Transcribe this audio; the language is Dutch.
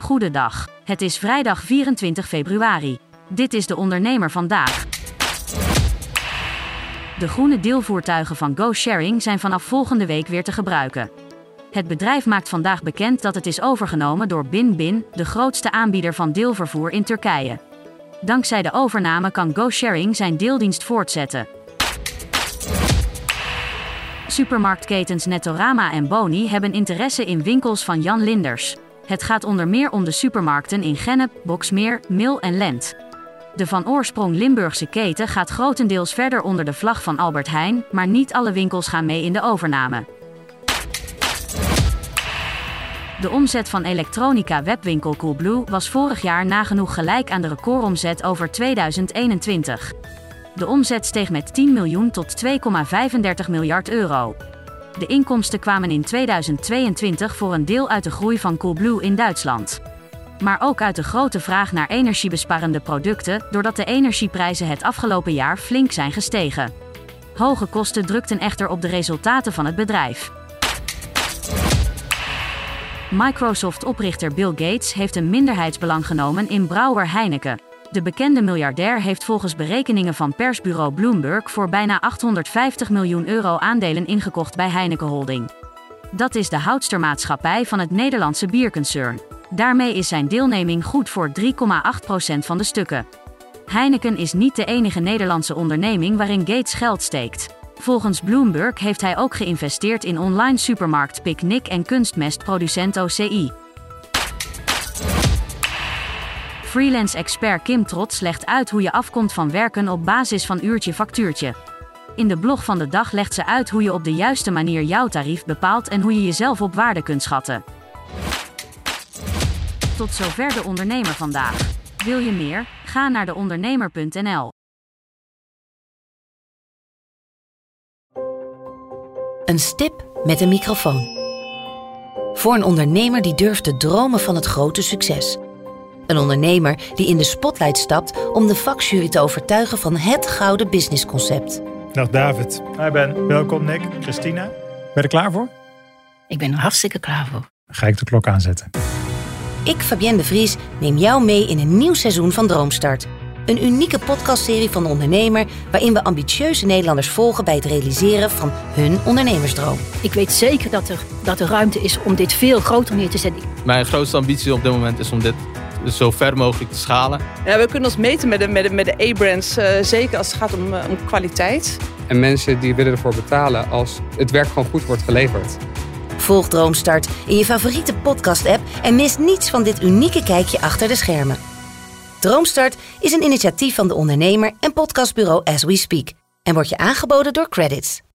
Goedendag. Het is vrijdag 24 februari. Dit is de ondernemer vandaag. De groene deelvoertuigen van GoSharing zijn vanaf volgende week weer te gebruiken. Het bedrijf maakt vandaag bekend dat het is overgenomen door BinBin, de grootste aanbieder van deelvervoer in Turkije. Dankzij de overname kan GoSharing zijn deeldienst voortzetten. Supermarktketens Nettorama en Boni hebben interesse in winkels van Jan Linders. Het gaat onder meer om de supermarkten in Gennep, Boxmeer, Mil en Lent. De van oorsprong Limburgse keten gaat grotendeels verder onder de vlag van Albert Heijn, maar niet alle winkels gaan mee in de overname. De omzet van elektronica webwinkel Coolblue was vorig jaar nagenoeg gelijk aan de recordomzet over 2021. De omzet steeg met 10 miljoen tot 2,35 miljard euro. De inkomsten kwamen in 2022 voor een deel uit de groei van Coolblue in Duitsland. Maar ook uit de grote vraag naar energiebesparende producten, doordat de energieprijzen het afgelopen jaar flink zijn gestegen. Hoge kosten drukten echter op de resultaten van het bedrijf. Microsoft-oprichter Bill Gates heeft een minderheidsbelang genomen in brouwer Heineken. De bekende miljardair heeft volgens berekeningen van persbureau Bloomberg voor bijna 850 miljoen euro aandelen ingekocht bij Heineken Holding. Dat is de houdstermaatschappij van het Nederlandse bierconcern. Daarmee is zijn deelneming goed voor 3,8% van de stukken. Heineken is niet de enige Nederlandse onderneming waarin Gates geld steekt. Volgens Bloomberg heeft hij ook geïnvesteerd in online supermarkt Picnic en kunstmestproducent OCI. Freelance-expert Kim Trots legt uit hoe je afkomt van werken op basis van uurtje-factuurtje. In de blog van de dag legt ze uit hoe je op de juiste manier jouw tarief bepaalt en hoe je jezelf op waarde kunt schatten. Tot zover de ondernemer vandaag. Wil je meer? Ga naar deondernemer.nl. Een stip met een microfoon. Voor een ondernemer die durft te dromen van het grote succes. Een ondernemer die in de spotlight stapt om de vakjury te overtuigen van het gouden businessconcept. Dag David. Hi Ben. Welkom Nick. Christina. Ben je er klaar voor? Ik ben er hartstikke klaar voor. Dan ga ik de klok aanzetten. Ik, Fabienne de Vries, neem jou mee in een nieuw seizoen van Droomstart. Een unieke podcastserie van de ondernemer waarin we ambitieuze Nederlanders volgen bij het realiseren van hun ondernemersdroom. Ik weet zeker dat er ruimte is om dit veel groter neer te zetten. Mijn grootste ambitie op dit moment is om dit zo ver mogelijk te schalen. Ja, we kunnen ons meten met de A-brands, zeker als het gaat om kwaliteit. En mensen die willen ervoor betalen als het werk gewoon goed wordt geleverd. Volg Droomstart in je favoriete podcast-app en mis niets van dit unieke kijkje achter de schermen. Droomstart is een initiatief van de ondernemer en podcastbureau As We Speak en wordt je aangeboden door Credits.